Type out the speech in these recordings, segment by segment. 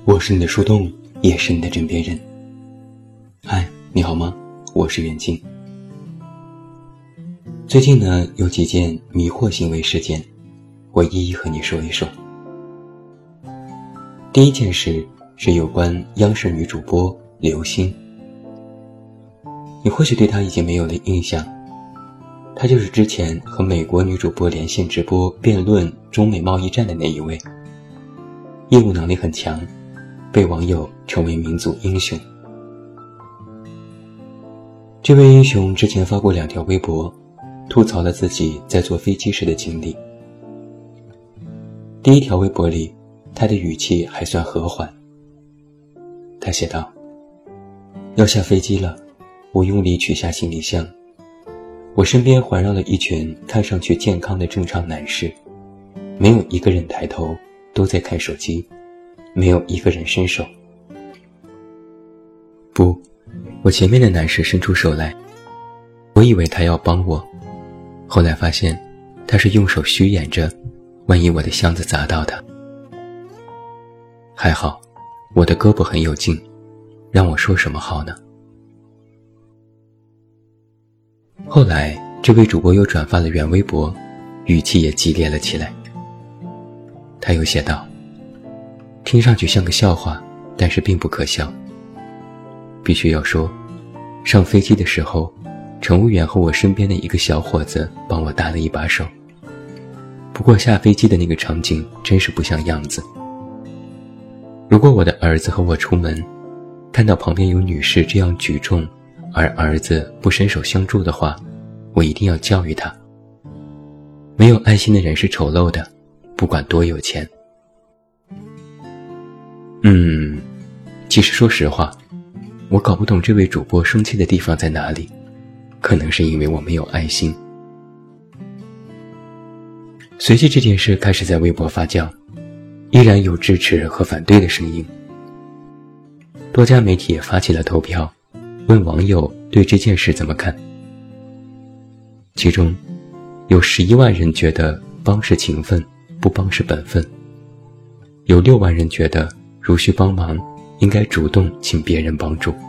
我是你的树洞，也是你的枕边人。嗨，你好吗？我是远近。最近呢，有几件迷惑行为事件，我一一和你说一说。第一件事是有关央视女主播刘星。你或许对她已经没有了印象，她就是之前和美国女主播连线直播辩论中美贸易战的那一位，业务能力很强，被网友称为民族英雄。这位英雄之前发过2条微博，吐槽了自己在坐飞机时的经历。第一条微博里，他的语气还算和缓。他写道：要下飞机了，我用力取下行李箱，我身边环绕了一群看上去健康的正常男士，没有一个人抬头，都在看手机，没有一个人伸手。不，我前面的男士伸出手来，我以为他要帮我，后来发现他是用手虚掩着，万一我的箱子砸到他。还好我的胳膊很有劲，让我说什么好呢？后来这位主播又转发了原微博，语气也激烈了起来。他又写道：听上去像个笑话，但是并不可笑。必须要说，上飞机的时候，乘务员和我身边的一个小伙子帮我搭了一把手。不过下飞机的那个场景真是不像样子。如果我的儿子和我出门，看到旁边有女士这样举重，而儿子不伸手相助的话，我一定要教育他。没有爱心的人是丑陋的，不管多有钱。其实说实话，我搞不懂这位主播生气的地方在哪里，可能是因为我没有爱心。随即这件事开始在微博发酵，依然有支持和反对的声音。多家媒体也发起了投票，问网友对这件事怎么看。其中有11万人觉得帮是情分，不帮是本分，有6万人觉得如需帮忙，应该主动请别人帮助。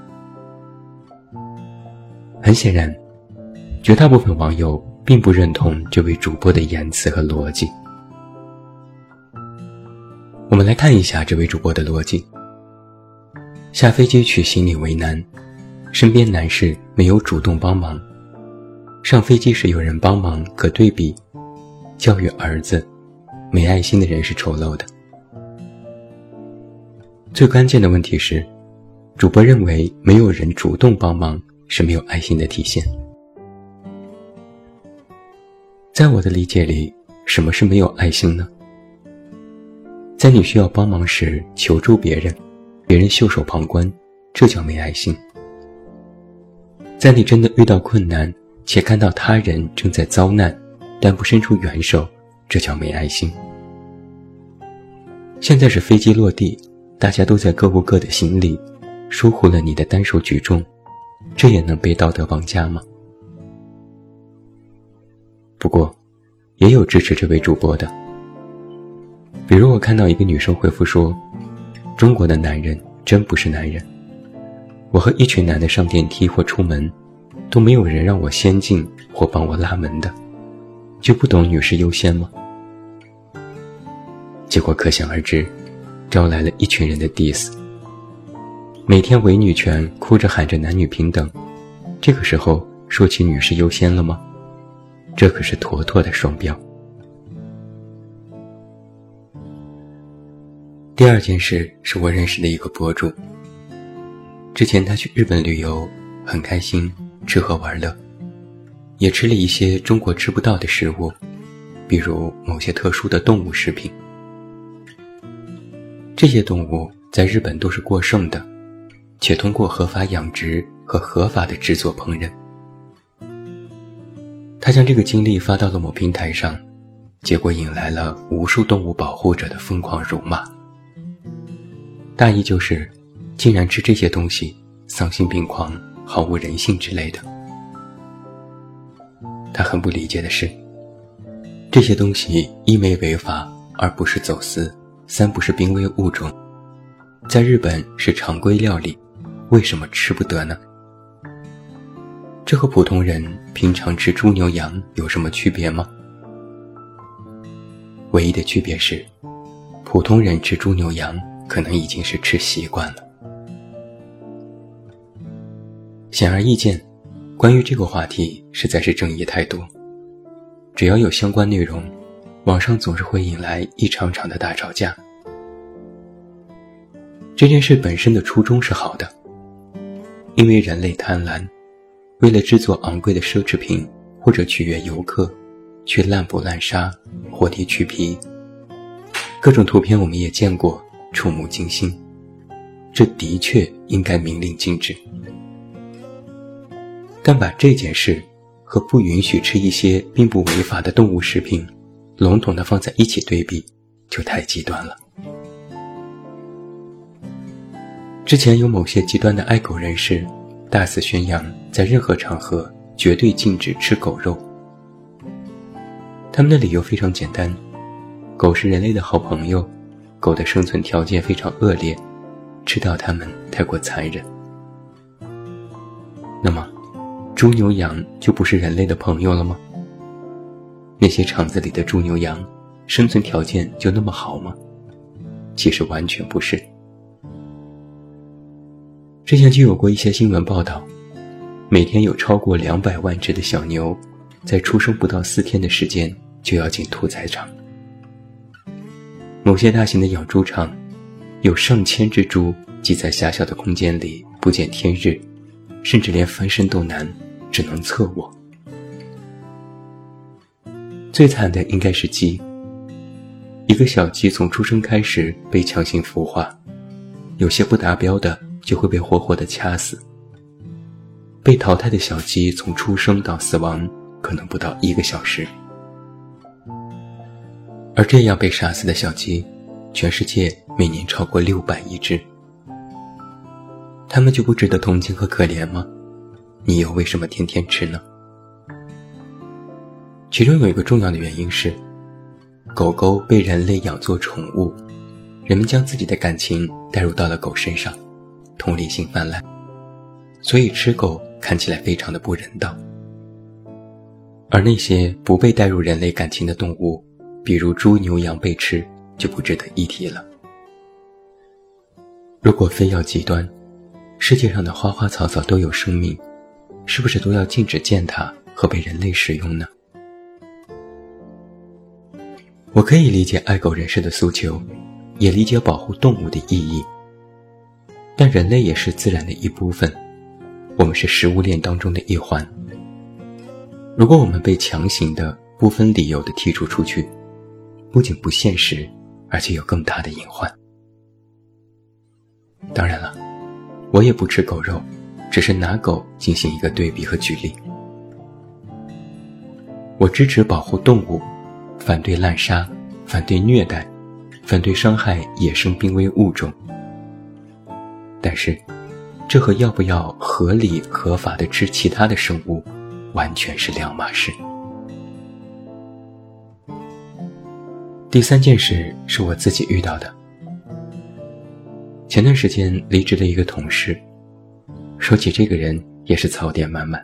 很显然，绝大部分网友并不认同这位主播的言辞和逻辑。我们来看一下这位主播的逻辑。下飞机取行李为难，身边男士没有主动帮忙，上飞机时有人帮忙可对比，教育儿子，没爱心的人是丑陋的。最关键的问题是，主播认为没有人主动帮忙是没有爱心的体现。在我的理解里，什么是没有爱心呢？在你需要帮忙时求助别人，别人袖手旁观，这叫没爱心。在你真的遇到困难，且看到他人正在遭难，但不伸出援手，这叫没爱心。现在是飞机落地，大家都在各顾各的行李，疏忽了你的单手举重，这也能被道德绑架吗？不过也有支持这位主播的，比如我看到一个女生回复说，中国的男人真不是男人，我和一群男的上电梯或出门，都没有人让我先进或帮我拉门的，就不懂女士优先吗？结果可想而知，招来了一群人的 diss。 每天伪女权哭着喊着男女平等，这个时候说起女士优先了吗？这可是妥妥的双标。第二件事是我认识的一个博主，之前他去日本旅游，很开心，吃喝玩乐，也吃了一些中国吃不到的食物，比如某些特殊的动物食品。这些动物在日本都是过剩的，且通过合法养殖和合法的制作烹饪。他将这个经历发到了某平台上，结果引来了无数动物保护者的疯狂辱骂。大意就是，竟然吃这些东西，丧心病狂，毫无人性之类的。他很不理解的是，这些东西一没违法，二不是走私，三不是濒危物种， 在日本是常规料理，为什么吃不得呢？这和普通人平常吃猪牛羊有什么区别吗？唯一的区别是，普通人吃猪牛羊可能已经是吃习惯了。显而易见，关于这个话题实在是争议太多，只要有相关内容，网上总是会引来一场场的大吵架。这件事本身的初衷是好的，因为人类贪婪，为了制作昂贵的奢侈品或者取悦游客，去滥捕滥杀，活地取皮，各种图片我们也见过，触目惊心，这的确应该明令禁止。但把这件事和不允许吃一些并不违法的动物食品笼统地放在一起对比，就太极端了。之前有某些极端的爱狗人士大肆宣扬在任何场合绝对禁止吃狗肉。他们的理由非常简单，狗是人类的好朋友，狗的生存条件非常恶劣，吃到它们太过残忍。那么猪牛羊就不是人类的朋友了吗？那些厂子里的猪牛羊生存条件就那么好吗？其实完全不是。之前就有过一些新闻报道，每天有超过200万只的小牛在出生不到4天的时间就要进屠宰场。某些大型的养猪场有上千只猪挤在狭小的空间里不见天日，甚至连翻身都难，只能侧卧。最惨的应该是鸡，一个小鸡从出生开始被强行孵化，有些不达标的就会被活活的掐死。被淘汰的小鸡从出生到死亡可能不到1个小时。而这样被杀死的小鸡，全世界每年超过600亿只。它们就不值得同情和可怜吗？你又为什么天天吃呢？其中有一个重要的原因是，狗狗被人类养作宠物，人们将自己的感情带入到了狗身上，同理心泛滥，所以吃狗看起来非常的不人道。而那些不被带入人类感情的动物，比如猪牛羊被吃，就不值得一提了。如果非要极端，世界上的花花草草都有生命，是不是都要禁止践踏和被人类使用呢？我可以理解爱狗人士的诉求，也理解保护动物的意义，但人类也是自然的一部分，我们是食物链当中的一环。如果我们被强行的不分理由的剔除出去，不仅不现实，而且有更大的隐患。当然了，我也不吃狗肉，只是拿狗进行一个对比和举例。我支持保护动物，反对滥杀，反对虐待，反对伤害野生濒危物种。但是这和要不要合理合法地吃其他的生物完全是两码事。第3件事是我自己遇到的。前段时间离职的一个同事，说起这个人也是槽点满满。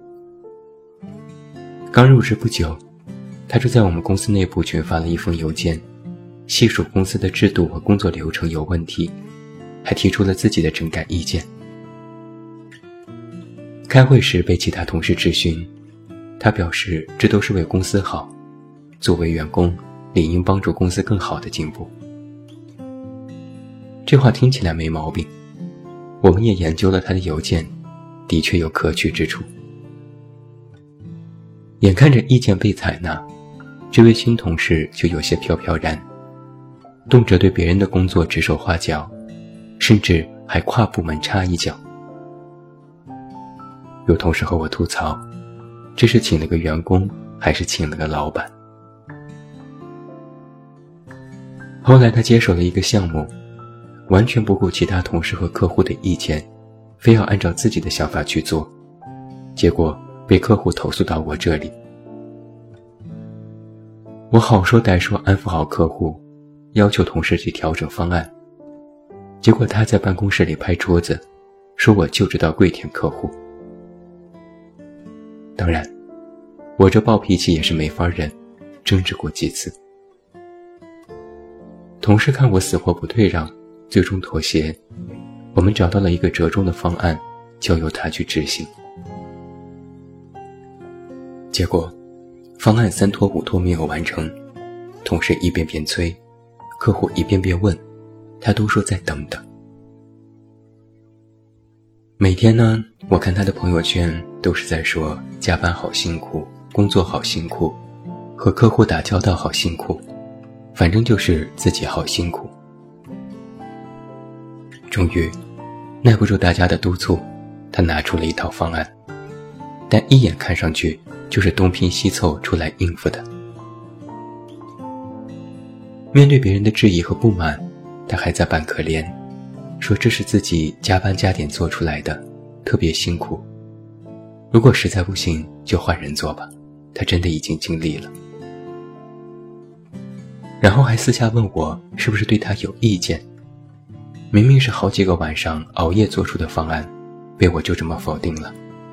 刚入职不久，他就在我们公司内部群发了一封邮件，细数公司的制度和工作流程有问题，还提出了自己的整改意见。开会时被其他同事质询，他表示这都是为公司好，作为员工理应帮助公司更好的进步。这话听起来没毛病，我们也研究了他的邮件，的确有可取之处。眼看着意见被采纳，这位新同事就有些飘飘然，动辄对别人的工作指手画脚，甚至还跨部门插一脚。有同事和我吐槽，这是请了个员工还是请了个老板？后来他接手了一个项目，完全不顾其他同事和客户的意见，非要按照自己的想法去做，结果被客户投诉到我这里。我好说歹说安抚好客户，要求同事去调整方案， 结果他在办公室里拍桌子，说我就知道跪舔客户。当然，我这暴脾气也是没法忍，争执过几次。同事看我死活不退让，最终妥协，我们找到了一个折中的方案，交由他去执行。结果方案3拖5拖没有完成，同事一遍遍催，客户一遍遍问，他都说再等等。每天呢，我看他的朋友圈都是在说加班好辛苦，工作好辛苦，和客户打交道好辛苦，反正就是自己好辛苦。终于耐不住大家的督促，他拿出了一套方案，但一眼看上去就是东拼西凑出来应付的。面对别人的质疑和不满，他还在扮可怜，说这是自己加班加点做出来的，特别辛苦，如果实在不行就换人做吧，他真的已经尽力了。然后还私下问我是不是对他有意见，明明是好几个晚上熬夜做出的方案，被我就这么否定了。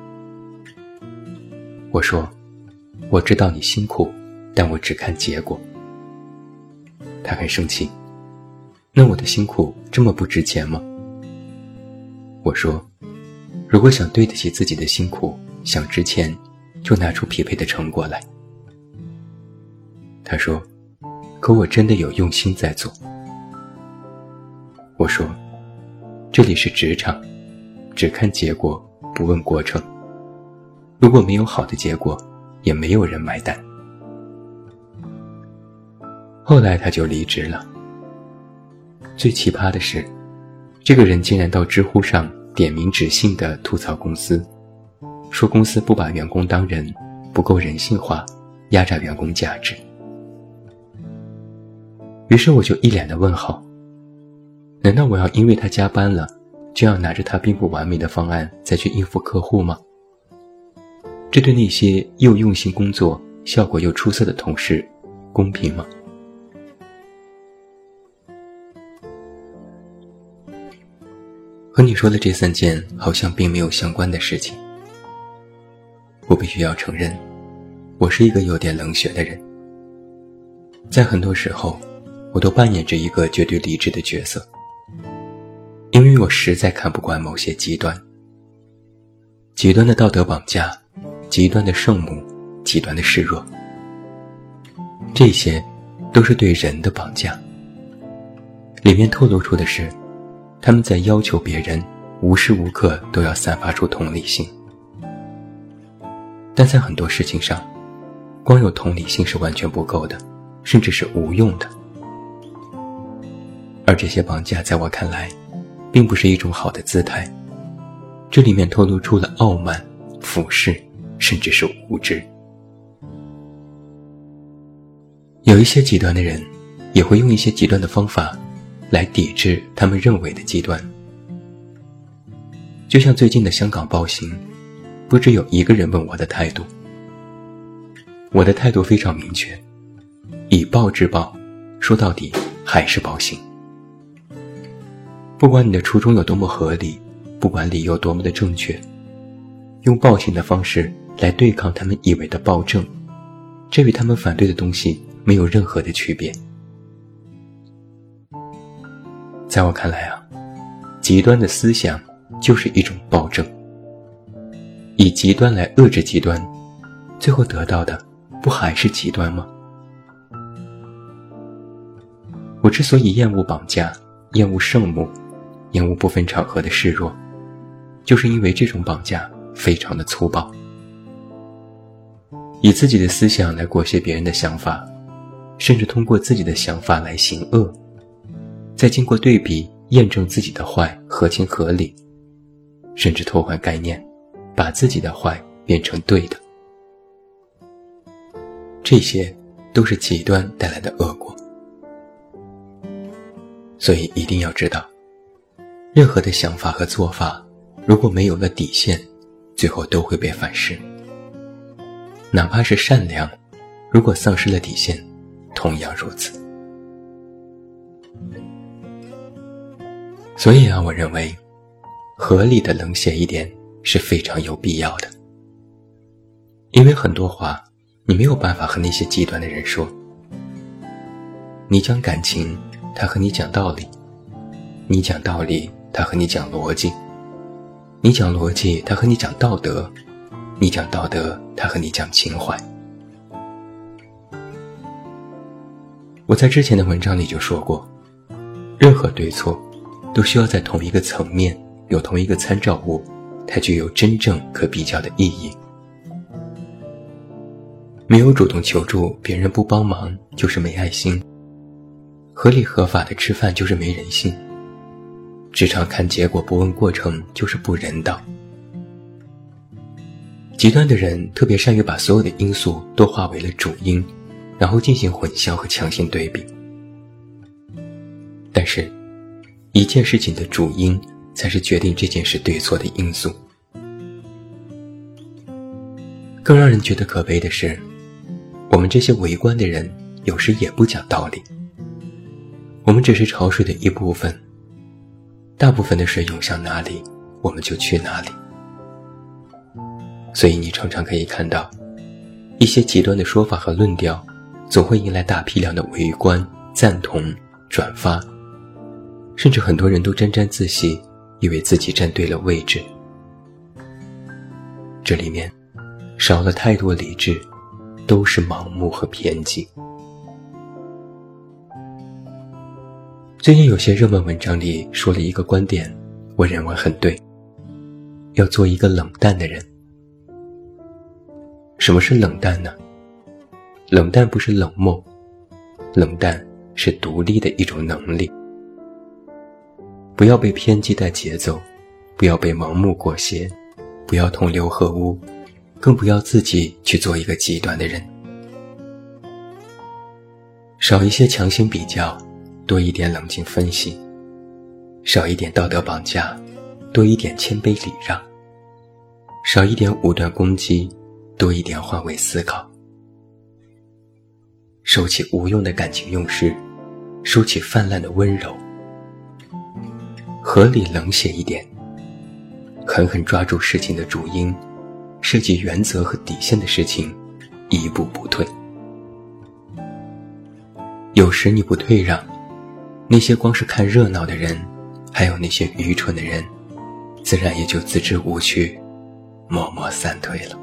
我说我知道你辛苦，但我只看结果。他很生气，那我的辛苦这么不值钱吗？我说如果想对得起自己的辛苦，想值钱，就拿出匹配的成果来。他说可我真的有用心在做。我说这里是职场，只看结果不问过程，如果没有好的结果，也没有人买单。后来他就离职了。最奇葩的是，这个人竟然到知乎上点名指姓地吐槽公司，说公司不把员工当人，不够人性化，压榨员工价值。于是我就一脸的问号，难道我要因为他加班了，就要拿着他并不完美的方案再去应付客户吗？这对那些又用心工作，效果又出色的同事公平吗？和你说的这3件好像并没有相关的事情。我必须要承认，我是一个有点冷血的人。在很多时候，我都扮演着一个绝对理智的角色，因为我实在看不惯某些极端。极端的道德绑架，极端的圣母，极端的示弱，这些都是对人的绑架。里面透露出的是他们在要求别人无时无刻都要散发出同理心，但在很多事情上，光有同理心是完全不够的，甚至是无用的。而这些绑架在我看来并不是一种好的姿态，这里面透露出了傲慢、俯视，甚至是无知。有一些极端的人也会用一些极端的方法来抵制他们认为的极端。就像最近的香港暴行，不只有一个人问我的态度，我的态度非常明确，以暴制暴，说到底还是暴行。不管你的初衷有多么合理，不管理由多么的正确，用暴行的方式来对抗他们以为的暴政，这与他们反对的东西没有任何的区别。在我看来啊，极端的思想就是一种暴政，以极端来遏制极端，最后得到的不还是极端吗？我之所以厌恶绑架，厌恶圣母，厌恶不分场合的示弱，就是因为这种绑架非常的粗暴，以自己的思想来裹挟别人的想法，甚至通过自己的想法来行恶，再经过对比验证自己的坏合情合理，甚至偷换概念，把自己的坏变成对的。这些都是极端带来的恶果。所以一定要知道，任何的想法和做法如果没有了底线，最后都会被反噬。哪怕是善良，如果丧失了底线，同样如此。 所以我认为合理的冷血一点是非常有必要的。因为很多话你没有办法和那些极端的人说。你讲感情，他和你讲道理；你讲道理，他和你讲逻辑；你讲逻辑，他和你讲道德；你讲道德，他和你讲情怀。我在之前的文章里就说过，任何对错都需要在同一个层面，有同一个参照物，才具有真正可比较的意义。没有主动求助，别人不帮忙就是没爱心；合理合法的吃饭就是没人性；职场看结果不问过程就是不人道。极端的人特别善于把所有的因素都化为了主因，然后进行混淆和强行对比。但是一件事情的主因才是决定这件事对错的因素。更让人觉得可悲的是，我们这些围观的人有时也不讲道理。我们只是潮水的一部分，大部分的水涌向哪里，我们就去哪里。所以你常常可以看到，一些极端的说法和论调总会引来大批量的围观、赞同、转发，甚至很多人都沾沾自喜，以为自己站对了位置。这里面少了太多理智，都是盲目和偏激。最近有些热门文章里说了一个观点，我认为很对，要做一个冷淡的人。什么是冷淡呢？冷淡不是冷漠，冷淡是独立的一种能力。不要被偏激带节奏，不要被盲目裹挟，不要同流合污，更不要自己去做一个极端的人。少一些强行比较，多一点冷静分析；少一点道德绑架，多一点谦卑礼让；少一点武断攻击，多一点换位思考。收起无用的感情用事，收起泛滥的温柔，合理冷血一点，狠狠抓住事情的主因，设计原则和底线的事情，一步不退。有时你不退让，那些光是看热闹的人，还有那些愚蠢的人，自然也就自知无趣，默默散退了。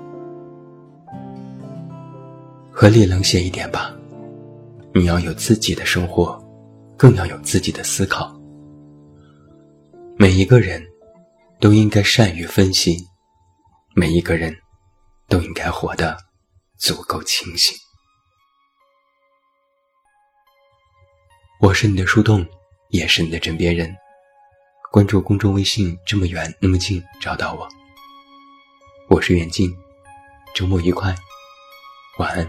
合理冷血一点吧，你要有自己的生活，更要有自己的思考。每一个人都应该善于分析，每一个人都应该活得足够清醒。我是你的树洞，也是你的枕边人。关注公众微信，这么远那么近，找到我。我是远近，周末愉快，晚安。